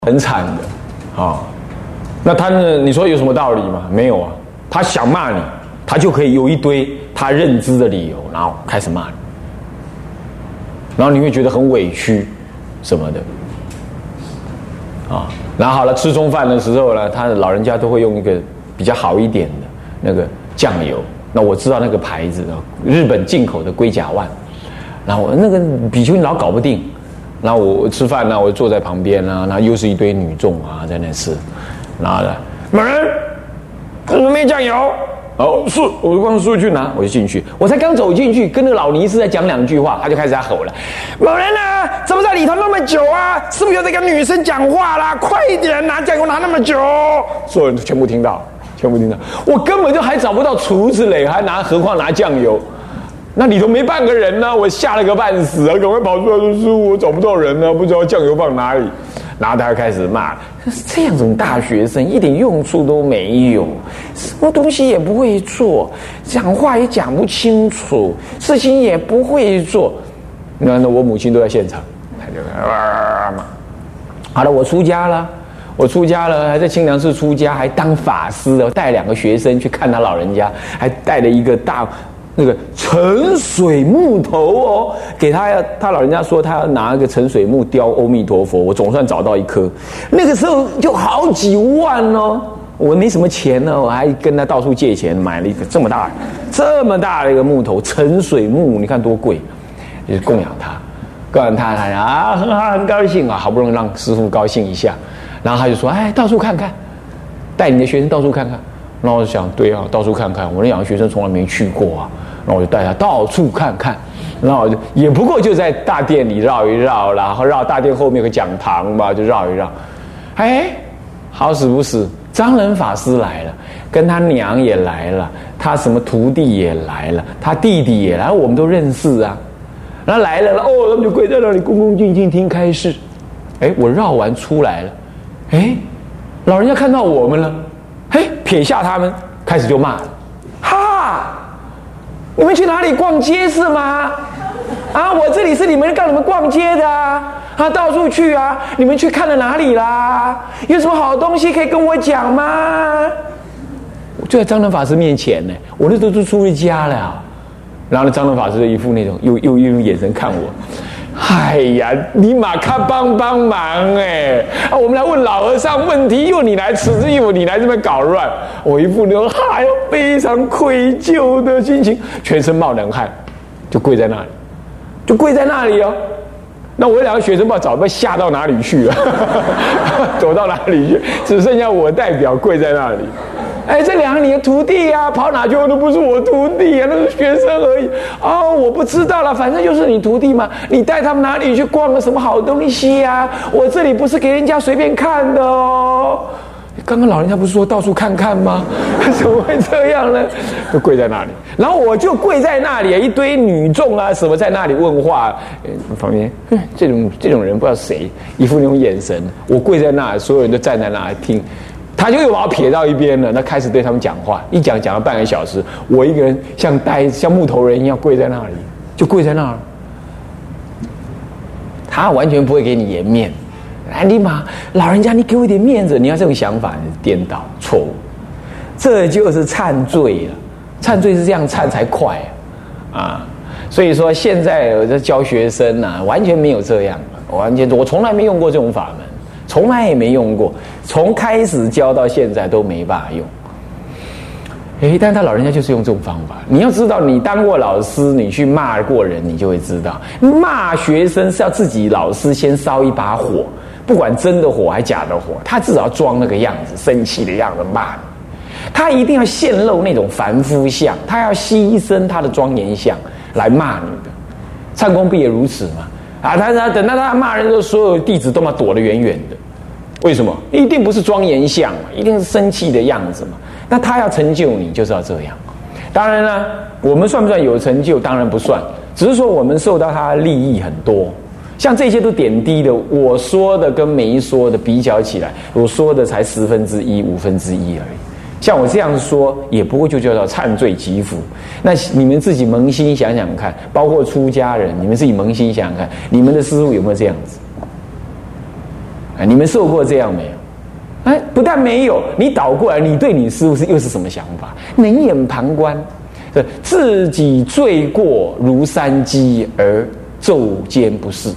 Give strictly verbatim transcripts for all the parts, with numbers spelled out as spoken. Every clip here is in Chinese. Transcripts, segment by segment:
很惨的，啊、哦，那他呢？你说有什么道理吗？没有啊，他想骂你，他就可以有一堆他认知的理由，然后开始骂你，然后你会觉得很委屈，什么的，啊、哦，然后好了，吃中饭的时候呢，他的老人家都会用一个比较好一点的那个酱油，那我知道那个牌子，日本进口的龟甲万，然后那个比丘尼老搞不定。然后我吃饭呢，我就坐在旁边啊，那又是一堆女众啊，在那吃，然后呢，某人，怎么没酱油？哦，是，我就光出去拿，我就进去，我才刚走进去，跟那个老尼斯在讲两句话，他就开始在吼了，某人啊，怎么在里头那么久啊？是不是有在跟女生讲话啦？快一点，拿酱油拿那么久，所有人都全部听到，全部听到，我根本就还找不到厨子嘞，还拿，何况拿酱油。那里头没半个人呢、啊，我吓了个半死啊！赶快跑出来说：“师傅，我找不到人呢、啊，不知道酱油放哪里。”然后他开始骂：“这样种大学生一点用处都没有，什么东西也不会做，讲话也讲不清楚，事情也不会做。”那那我母亲都在现场，他就啊骂。好了，我出家了，我出家了，还在清凉寺出家，还当法师哦，带两个学生去看他老人家，还带了一个大。那个沉水木头哦，给他要，他老人家说他要拿个沉水木雕阿弥陀佛，我总算找到一颗。那个时候就好几万哦，我没什么钱呢，我还跟他到处借钱买了一个这么大、这么大的一个木头，沉水木，你看多贵，就是供养他，供养他，他啊很好，很高兴啊，好不容易让师父高兴一下，然后他就说，哎，到处看看，带你的学生到处看看。然后我就想，对啊，到处看看，我那两个学生从来没去过啊。然后我就带他到处看看，然后我就也不过就在大殿里绕一绕，然后绕大殿后面有个讲堂嘛，就绕一绕。哎，好死不死，张仁法师来了，跟他娘也来了，他什么徒弟也来了，他弟弟也来了，我们都认识啊。然后来了，哦，他们就跪在那里恭恭敬敬听开示。哎，我绕完出来了，哎，老人家看到我们了。嘿，撇下他们，开始就骂了。哈，你们去哪里逛街是吗？啊，我这里是你们让你们逛街的啊，啊，到处去啊，你们去看了哪里啦？有什么好东西可以跟我讲吗？就在张仁法师面前呢，我那时候就出了家了。然后呢，张仁法师的一副那种又又又用眼神看我。哎呀，你马卡帮帮忙哎！啊，我们来问老和尚问题，又你来持又你来这边搞乱，我一副那种哎呦非常愧疚的心情，全身冒冷汗，就跪在那里，就跪在那里哦。那我两个学生不知道早被吓到哪里去了，躲到哪里去，只剩下我代表跪在那里。哎，这两个你的徒弟啊，跑哪去？都不是我徒弟啊，那是学生而已。哦，我不知道了，反正就是你徒弟嘛。你带他们哪里去逛了什么好东西啊？我这里不是给人家随便看的哦。刚刚老人家不是说到处看看吗？怎么会这样呢？就跪在那里，然后我就跪在那里，一堆女众啊什么在那里问话，旁边这种这种人不知道谁，一副那种眼神。我跪在那里，所有人都站在那里听。他就又把我撇到一边了，那开始对他们讲话，一讲讲了半个小时，我一个人像呆像木头人一样跪在那里，就跪在那儿。他完全不会给你颜面，哎，你妈老人家，你给我一点面子，你要这种想法颠倒错误，这就是忏罪了。忏罪是这样忏才快啊！啊所以说现在我在教学生啊，完全没有这样，完全我从来没用过这种法门。从来也没用过，从开始教到现在都没办法用。哎，但他老人家就是用这种方法。你要知道，你当过老师，你去骂过人，你就会知道，骂学生是要自己老师先烧一把火，不管真的火还假的火，他至少要装那个样子，生气的样子骂你。他一定要现露那种凡夫相，他要牺牲他的庄严相来骂你的。唱功不也如此吗？啊，他他等到他骂人的时候，所有弟子都嘛躲得远远的。为什么？一定不是庄严相嘛，一定是生气的样子嘛。那他要成就你，就是要这样。当然了，我们算不算有成就？当然不算，只是说我们受到他的利益很多。像这些都点滴的，我说的跟没说的比较起来，我说的才十分之一、五分之一而已。像我这样说，也不过就叫做忏罪祈福。那你们自己扪心想想看，包括出家人，你们自己扪心想想看，你们的师父有没有这样子？ 啊，你们受过这样没有？哎，不但没有，你倒过来，你对你师父是又是什么想法？冷眼旁观，自己罪过如山积而昼间不是。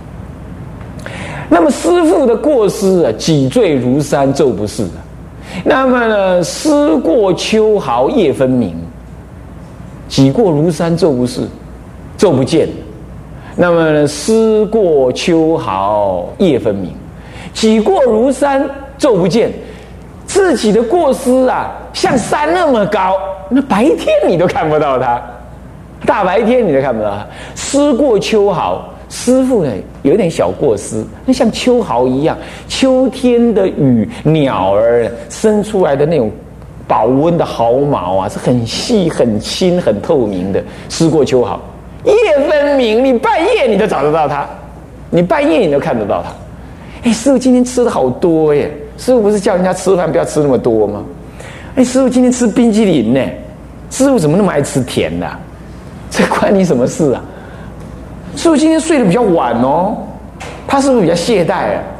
那么师父的过失啊，己罪如山，昼不是啊。那么呢，思过秋毫，夜分明。己过如山，昼不是，昼不见。那么呢，思过秋毫，夜分明。己过如山，昼不见。自己的过失啊，像山那么高，那白天你都看不到它，大白天你都看不到它。思过秋毫，师父呢有点小过失，那像秋毫一样，秋天的雨，鸟儿生出来的那种保温的毫毛啊，是很细、很轻、很透明的。思过秋毫，夜分明，你半夜你都找得到它，你半夜你都看得到它。哎，师父今天吃的好多耶！师父不是叫人家吃饭不要吃那么多吗？哎，师父今天吃冰淇淋呢，师父怎么那么爱吃甜的、啊？这关你什么事啊？师父今天睡得比较晚哦，他是不是比较懈怠啊？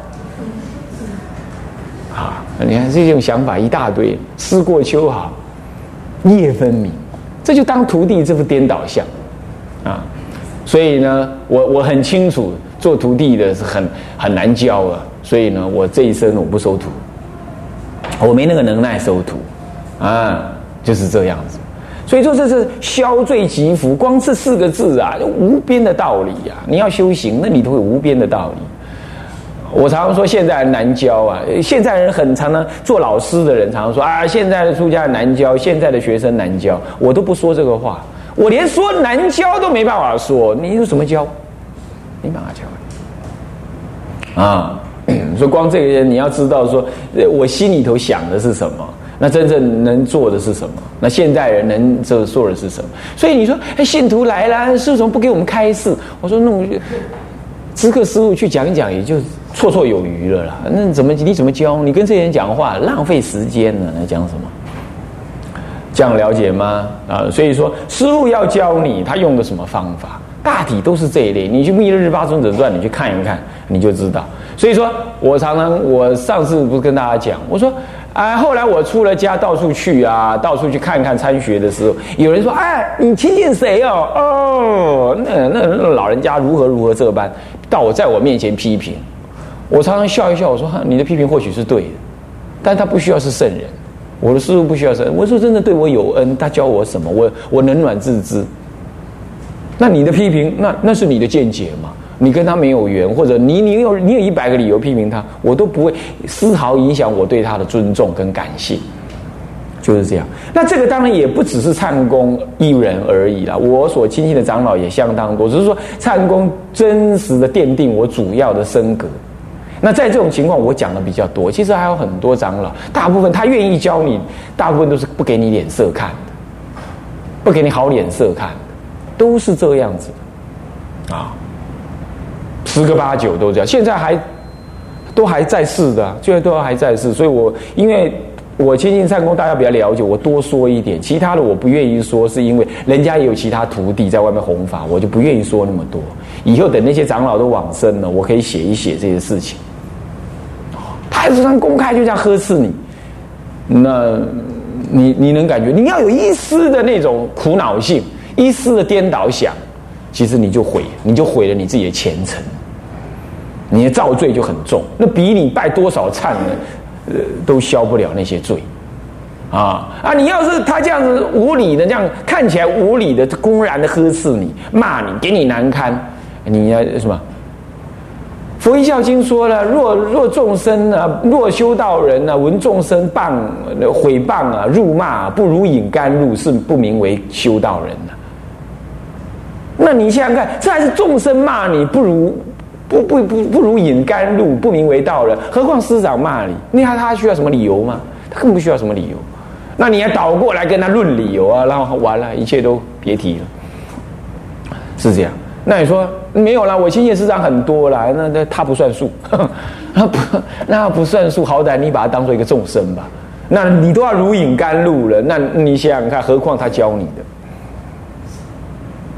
啊，你看这种想法一大堆，思过秋毫，夜分明，这就当徒弟这副颠倒相啊！所以呢，我我很清楚，做徒弟的是很很难教啊。所以呢，我这一生我不收徒，我没那个能耐收徒啊，就是这样子。所以说这是消罪积福，光这四个字啊，无边的道理啊！你要修行，那里头有无边的道理。我常常说现在人难教啊，现在人很常常做老师的人常常说啊，现在的出家人难教，现在的学生难教，我都不说这个话，我连说难教都没办法说，你又怎么教？没办法教啊！所以光这个人你要知道说，我心里头想的是什么，那真正能做的是什么，那现代人能做的是什么？所以你说，哎，信徒来了，师父怎么不给我们开示？我说，那我知客师父去讲一讲，也就绰绰有余了啦。那怎么你怎么教？你跟这些人讲话，浪费时间呢？那讲什么？这样了解吗？啊，所以说师父要教你，他用的什么方法？大体都是这一类。你去《密勒日巴尊者传》，你去看一看，你就知道。所以说我常常，我上次不是跟大家讲，我说啊，后来我出了家，到处去啊，到处去看看参学的时候，有人说，哎，你亲近谁哦？哦，那那那老人家如何如何这般，到我在我面前批评，我常常笑一笑，我说，你的批评或许是对的，但他不需要是圣人，我的师父不需要圣人。我说真的对我有恩，他教我什么，我我冷暖自知。那你的批评，那那是你的见解嘛？你跟他没有缘，或者你你有你有一百个理由批评他，我都不会丝毫影响我对他的尊重跟感谢，就是这样。那这个当然也不只是忏公一人而已啦，我所亲近的长老也相当多，只是说忏公真实的奠定我主要的身格。那在这种情况，我讲的比较多，其实还有很多长老，大部分他愿意教你，大部分都是不给你脸色看的，不给你好脸色看的，都是这样子的啊。十个八九都这样，现在还都还在世的、啊，现在都还在世。所以我因为我亲近忏公，大家比较了解，我多说一点。其他的我不愿意说，是因为人家也有其他徒弟在外面弘法，我就不愿意说那么多。以后等那些长老都往生了，我可以写一写这些事情。他常常公开就这样呵斥你，那你你能感觉？你要有一丝的那种苦恼性，一丝的颠倒想，其实你就毁，你就毁了你自己的前程。你的造罪就很重，那比你拜多少忏呢，呃，都消不了那些罪，啊啊！你要是他这样子无理的，这样看起来无理的，公然的呵斥你、骂你、给你难堪，你要什么？佛一教经说了，若若众生啊，若修道人啊，闻众生谤、毁谤啊、辱骂、啊，不如饮甘露，是不名为修道人啊。那你想想看，这还是众生骂你，不如。不不不不如饮甘露，不名为道人。何况师长骂你，你看他需要什么理由吗？他更不需要什么理由。那你还倒过来跟他论理由啊，然后完了，一切都别提了，是这样。那你说没有啦，我亲近师长很多啦，那那他不算数，那不那不算数，好歹你把他当做一个众生吧。那你都要如饮甘露了，那你想想看，何况他教你的？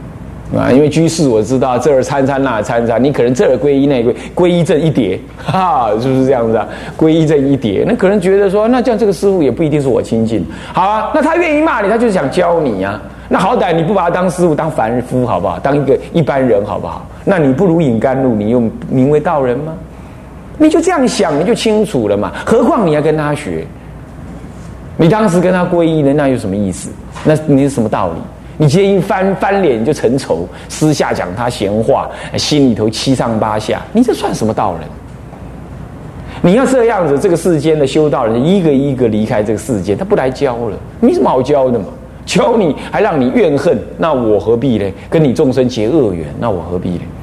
啊，因为居士我知道这儿参参那儿参参，你可能这儿皈依那皈皈依正一叠，哈，是不是这样子啊？皈依正一叠，那可能觉得说，那这样这个师父也不一定是我亲近。好啊，那他愿意骂你，他就是想教你啊。那好歹你不把他当师父，当凡夫好不好？当一个一般人好不好？那你不如饮甘露，你又名为道人吗？你就这样想，你就清楚了嘛。何况你要跟他学，你当时跟他皈依的，那有什么意思？那你是什么道理？你直接一翻翻脸就成仇，私下讲他闲话，心里头七上八下，你这算什么道人？你要这样子，这个世间的修道人一个一个离开这个世界，他不来教了，没什么好教的嘛。教你还让你怨恨，那我何必呢？跟你众生结恶缘，那我何必呢？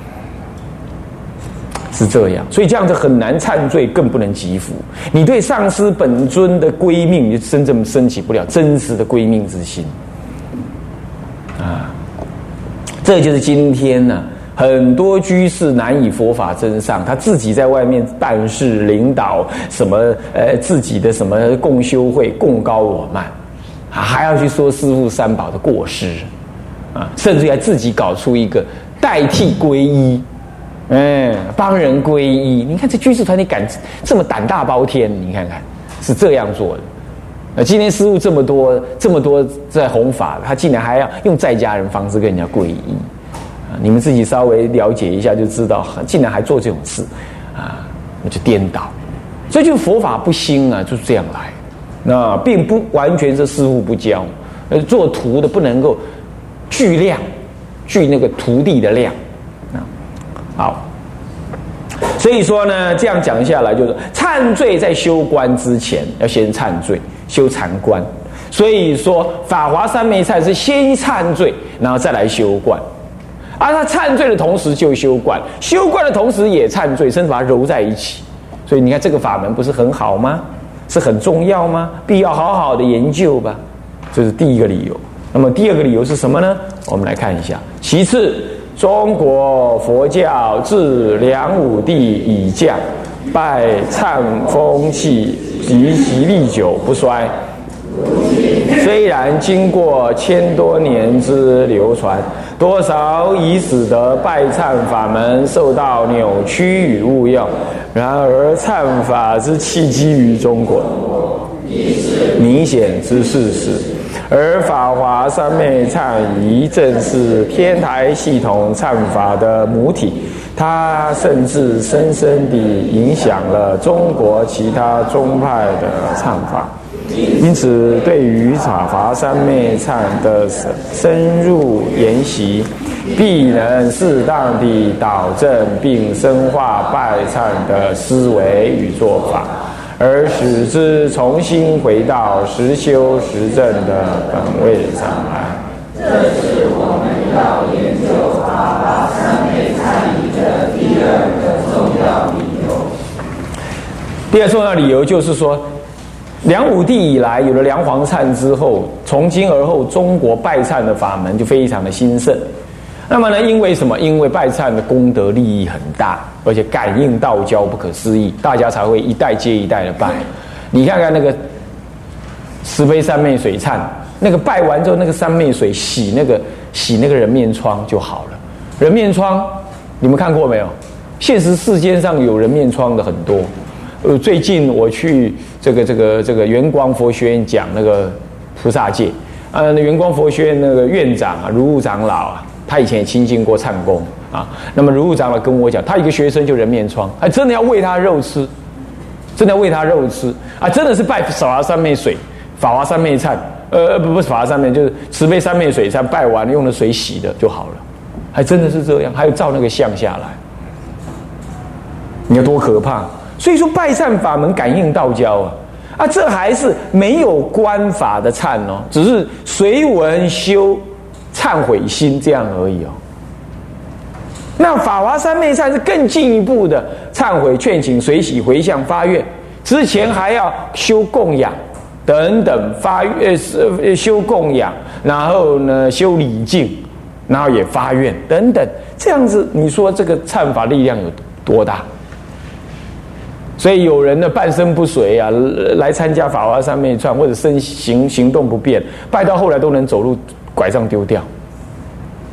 是这样，所以这样子很难忏罪，更不能积福。你对上师本尊的归命，你就真正升起不了真实的归命之心啊！这就是今天呢、啊，很多居士难以佛法真上，他自己在外面办事、领导什么呃自己的什么共修会，共高我慢。还要去说师父三宝的过失啊，甚至还自己搞出一个代替皈依，嗯，帮人皈依。你看这居士团体敢这么胆大包天，你看看是这样做的。那今天师父这么多这么多在弘法，他竟然还要用在家人方式跟人家皈依啊！你们自己稍微了解一下就知道，竟然还做这种事啊，那就颠倒。所以就佛法不兴啊，就是这样来。那并不完全是师父不教，呃，做徒的不能够具量，具那个徒弟的量啊。好，所以说呢，这样讲下来，就是忏罪在修观之前要先忏罪，修禅观。所以说，法华三昧忏是先忏罪，然后再来修观。而他忏罪的同时就修观，修观的同时也忏罪，甚至把它揉在一起。所以你看这个法门不是很好吗？是很重要吗？必要好好的研究吧，这是第一个理由。那么第二个理由是什么呢？我们来看一下。其次，中国佛教自梁武帝以降，拜忏风气极其历久不衰。虽然经过千多年之流传，多少已使得拜忏法门受到扭曲与误用。然而忏法之契机于中国，明显之事实。而法华三昧忏仪正是天台系统忏法的母体，它甚至深深地影响了中国其他宗派的忏法。因此，对于法华三昧忏的深入研习，必能适当地导正并深化拜忏的思维与做法，而使之重新回到实修实证的本位上来。这是我们要研究法华三昧忏仪的第二个重要理由。第二重要理由就是说，梁武帝以来，有了梁皇忏之后，从今而后，中国拜忏的法门就非常的兴盛。那么呢，因为什么？因为拜忏的功德利益很大，而且感应道交不可思议，大家才会一代接一代的拜。你看看那个慈悲三昧水忏，那个拜完之后，那个三昧水洗那个洗那个人面疮就好了。人面疮，你们看过没有？现实世间上有人面疮的很多。呃，最近我去这个这个这个圆光佛学院讲那个菩萨戒，呃，那圆光佛学院那个院长啊，如悟长老啊，他以前也亲近过忏公啊。那么如悟长老跟我讲，他一个学生就人面疮，还真的要喂他肉吃，真的要喂他肉吃啊，真的是拜法华三昧水、法华三昧忏，呃，不不是法华三昧，就是慈悲三昧水忏，拜完用的水洗的就好了，还真的是这样，还有照那个像下来，你要多可怕！所以说拜忏法门感应道交啊，啊，这还是没有观法的忏哦，只是随文修忏悔心这样而已哦。那法华三昧忏是更进一步的忏悔、劝请、随喜、回向、发愿，之前还要修供养等等，发呃修供养，然后呢修礼敬，然后也发愿等等，这样子你说这个忏法力量有多大？所以有人呢半身不遂啊，来参加法华三昧忏，或者身行行动不便，拜到后来都能走路，拐杖丢掉。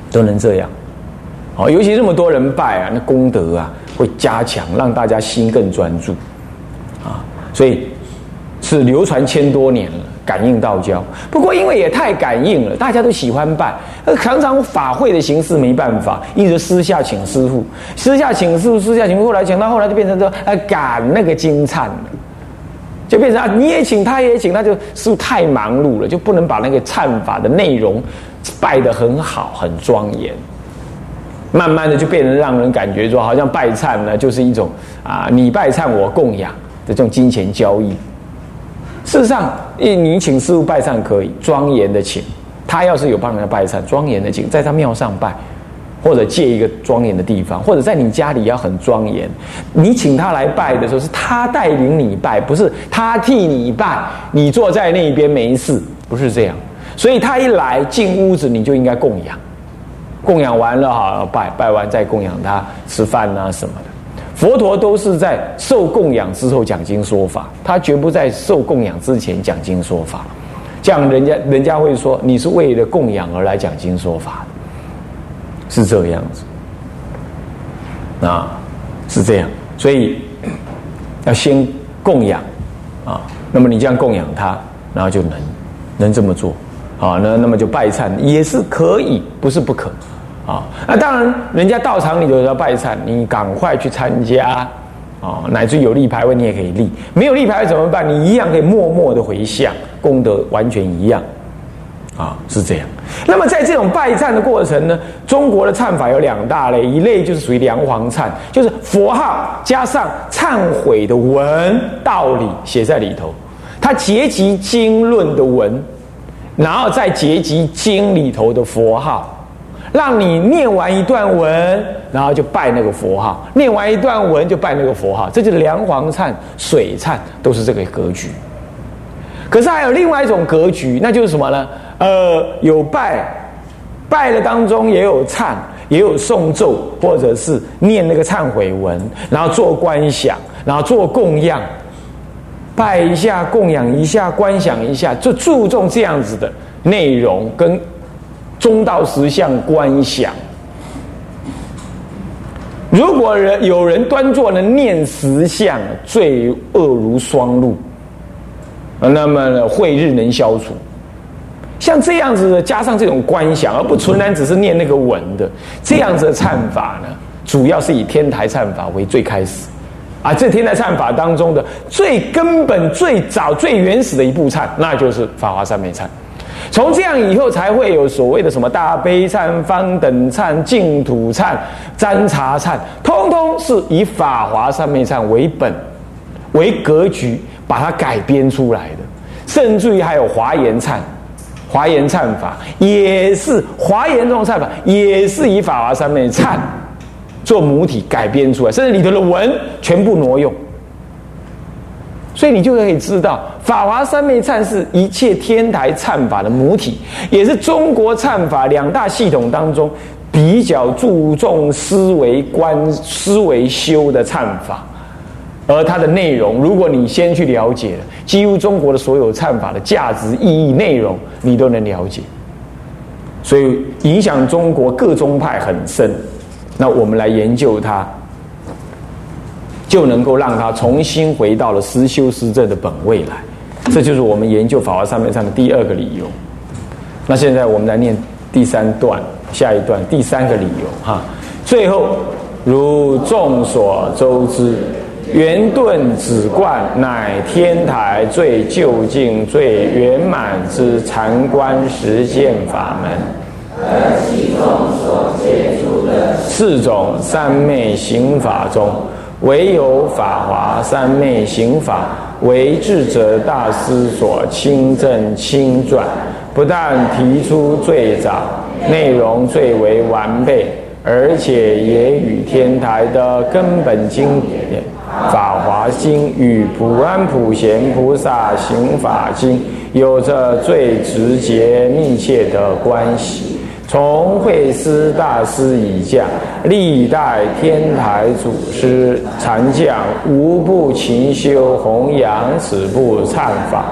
都能这样。好，尤其这么多人拜啊，那功德啊会加强，让大家心更专注啊，所以是流传千多年了。感应道交，不过因为也太感应了，大家都喜欢拜，常常法会的形式没办法，一直私下请师父，私下请师父，私下请师父，后来请到后来就变成说，呃，赶那个经忏了，就变成啊，你也请，他也请，他就师父太忙碌了，就不能把那个忏法的内容拜得很好，很庄严。慢慢的就变成让人感觉说，好像拜忏呢，就是一种啊，你拜忏我供养的这种金钱交易。事实上，你请师父拜忏可以庄严的请，他要是有帮人家拜忏，庄严的请，在他庙上拜，或者借一个庄严的地方，或者在你家里要很庄严。你请他来拜的时候，是他带领你拜，不是他替你拜，你坐在那边没事，不是这样。所以他一来进屋子，你就应该供养，供养完了哈，拜拜完再供养他吃饭啊什么的。佛陀都是在受供养之后讲经说法，他绝不在受供养之前讲经说法，这样人家人家会说你是为了供养而来讲经说法的，是这样子，啊，是这样，所以要先供养啊，那么你这样供养他，然后就能能这么做啊，那那么就拜忏也是可以，不是不可。啊，那当然，人家道场里头要拜忏，你赶快去参加啊，乃至有立牌位你也可以立，没有立牌位怎么办？你一样可以默默的回向，功德完全一样，啊，是这样。那么在这种拜忏的过程呢，中国的忏法有两大类，一类就是属于梁皇忏，就是佛号加上忏悔的文道理写在里头，它结集经论的文，然后再结集经里头的佛号。让你念完一段文，然后就拜那个佛号；念完一段文就拜那个佛号，这就是梁皇忏、水忏，都是这个格局。可是还有另外一种格局，那就是什么呢？呃，有拜，拜的当中也有忏，也有诵咒，或者是念那个忏悔文，然后做观想，然后做供养，拜一下，供养一下，观想一下，就注重这样子的内容跟中道实相观想。如果人有人端坐的念实相，罪恶如霜露，那么呢慧日能消除。像这样子的，加上这种观想，而不纯然只是念那个文的，这样子的忏法呢，主要是以天台忏法为最开始。啊，这天台忏法当中的最根本、最早、最原始的一部忏，那就是法华三昧忏。从这样以后，才会有所谓的什么大悲忏、方等忏、净土忏、占察忏，通通是以法华三昧忏为本、为格局，把它改编出来的。甚至于还有华严忏，华严忏法也是华严这种忏法，也是以法华三昧忏做母体改编出来，甚至里头的文全部挪用。所以你就可以知道，法华三昧忏是一切天台忏法的母体，也是中国忏法两大系统当中比较注重思维观、思维修的忏法。而它的内容，如果你先去了解了，几乎中国的所有忏法的价值、意义、内容，你都能了解。所以影响中国各宗派很深。那我们来研究它，就能够让它重新回到了实修实证的本位来。这就是我们研究法华三昧忏的第二个理由。那现在我们来念第三段，下一段第三个理由哈。最后，如众所周知，圆顿止观乃天台最究竟、最圆满之禅观实践法门。而其中所接触的四种三昧行法中，唯有法华三昧行法为智者大师所亲证亲撰，不但提出最早，内容最为完备，而且也与天台的根本经典《法华经》与普安普贤菩萨行法经有着最直接密切的关系。从慧思大师以降，历代天台祖师禅将无不勤修弘扬此部忏法，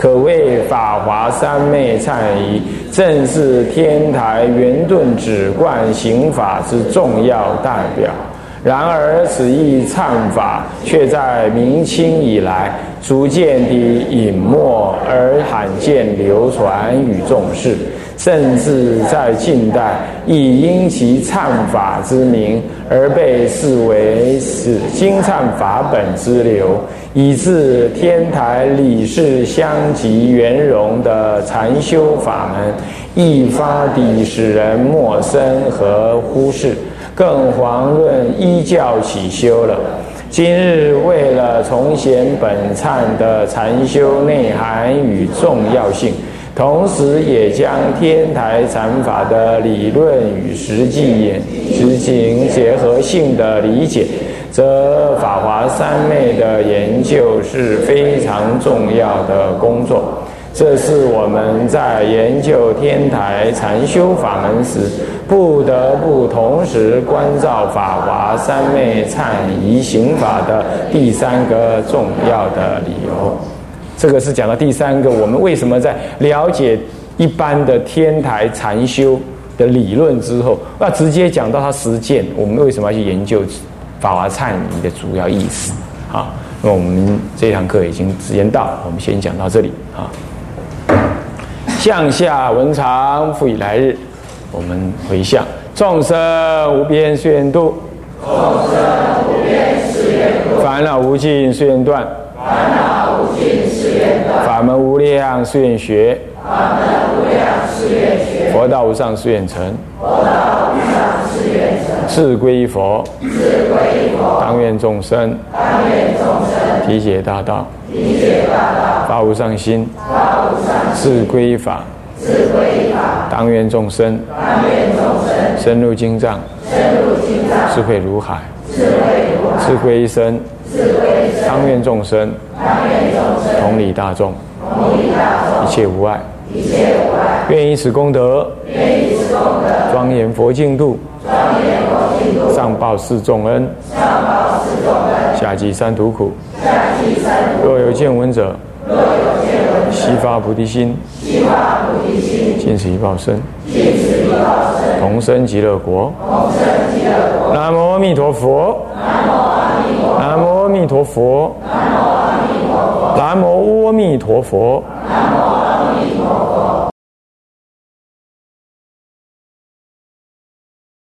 可谓法华三昧忏仪，正是天台圆顿止观行法之重要代表。然而此一忏法却在明清以来逐渐地隐没而罕见流传于众世，甚至在近代亦因其忏法之名而被视为是经忏法本之流，以致天台理事相及圆融的禅修法门一发地使人陌生和忽视，更遑论依教起修了。今日为了重显本忏的禅修内涵与重要性，同时也将天台禅法的理论与实际实情结合性的理解，则法华三昧的研究是非常重要的工作。这是我们在研究天台禅修法门时，不得不同时关照法华三昧忏仪行法的第三个重要的理由。这个是讲到第三个，我们为什么在了解一般的天台禅修的理论之后，要直接讲到它实践，我们为什么要去研究法华忏仪的主要意思啊？那我们这堂课已经时间到，我们先讲到这里啊。向下文长，复以来日。我们回向：众生无边誓愿度，众生无边誓愿度；烦恼无尽誓愿断，烦恼无尽誓愿断；法门无量誓愿学，法门无量誓愿学；佛道无上誓愿成，佛道无上誓愿成；志归一佛，志归一佛；当愿众生，当愿众生体解大道，体解大道；发无上心，发无上心；志归一法，志归一法；当愿众生，当愿众生深入经藏，深入经藏；智慧如海，智慧如海；志归一生，志归一生；当愿众生，当愿众生同理大众，同理大众；一切无碍，一切无碍；愿以此功德，愿以此功德庄严佛净土，庄严佛净土；上报四重恩，上报四重恩；下济三途苦，下济三途苦；若有见闻者，若有见闻者，悉发菩提心，悉发菩提心；尽此一报身，尽此一报身；同生极乐国，同生极乐国。南无阿弥陀佛，南无阿弥陀佛，南无阿弥陀佛，南无阿弥陀佛，南无阿弥陀佛。